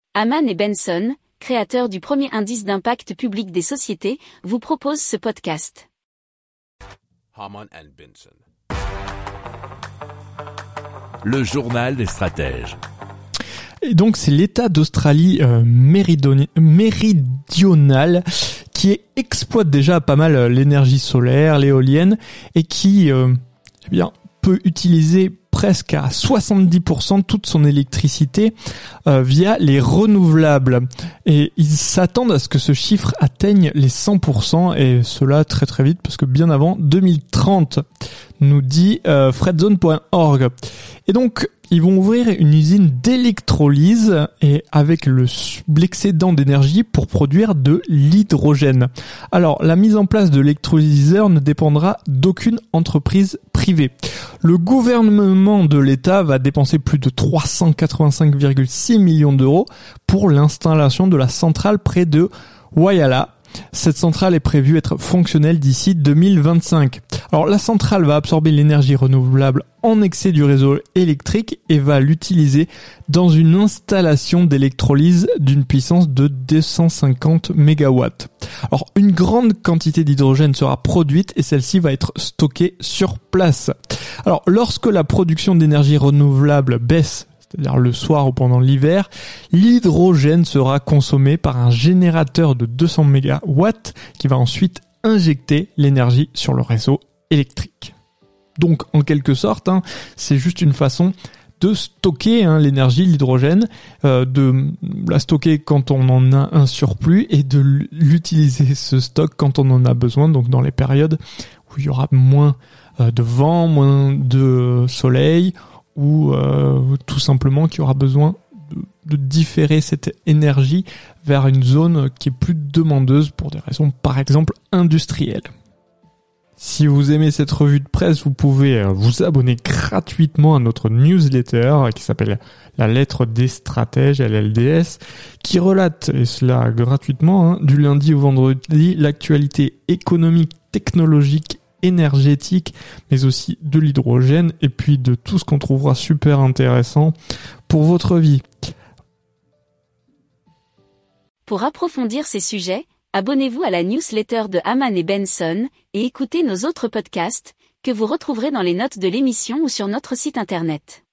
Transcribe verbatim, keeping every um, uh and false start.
Hamann et Benson, créateurs du premier indice d'impact public des sociétés, vous proposent ce podcast. Hamann and Benson. Le journal des stratèges. Et donc c'est l'État d'Australie euh, méridoni- méridionale qui exploite déjà pas mal l'énergie solaire, l'éolienne, et qui euh, eh bien, peut utiliser presque à soixante-dix pour cent toute son électricité euh, via les renouvelables. Et ils s'attendent à ce que ce chiffre atteigne les cent pour cent, et cela très très vite, parce que bien avant deux mille trente, nous dit euh, fredzone point org. Et donc, ils vont ouvrir une usine d'électrolyse et avec le, l'excédent d'énergie pour produire de l'hydrogène. Alors, la mise en place de l'électrolyseur ne dépendra d'aucune entreprise privée. Le gouvernement de l'État va dépenser plus de trois cent quatre-vingt-cinq virgule six millions d'euros pour l'installation de la centrale près de Whyalla. Cette centrale est prévue être fonctionnelle d'ici deux mille vingt-cinq. Alors la centrale va absorber l'énergie renouvelable en excès du réseau électrique et va l'utiliser dans une installation d'électrolyse d'une puissance de deux cent cinquante mégawatts. Alors une grande quantité d'hydrogène sera produite et celle-ci va être stockée sur place. Alors lorsque la production d'énergie renouvelable baisse, c'est-à-dire le soir ou pendant l'hiver, l'hydrogène sera consommé par un générateur de deux cents mégawatts qui va ensuite injecter l'énergie sur le réseau électrique. Donc, en quelque sorte, hein, c'est juste une façon de stocker hein, l'énergie, l'hydrogène, euh, de la stocker quand on en a un surplus et de l'utiliser ce stock quand on en a besoin, donc dans les périodes où il y aura moins euh, de vent, moins de soleil, ou euh, tout simplement qu'il y aura besoin de, de différer cette énergie vers une zone qui est plus demandeuse pour des raisons par exemple industrielles. Si vous aimez cette revue de presse, vous pouvez vous abonner gratuitement à notre newsletter qui s'appelle La Lettre des Stratèges, L L D S, qui relate, et cela gratuitement, hein, du lundi au vendredi, l'actualité économique, technologique, énergétique, mais aussi de l'hydrogène et puis de tout ce qu'on trouvera super intéressant pour votre vie. Pour approfondir ces sujets, abonnez-vous à la newsletter de Hamann et Benson et écoutez nos autres podcasts que vous retrouverez dans les notes de l'émission ou sur notre site internet.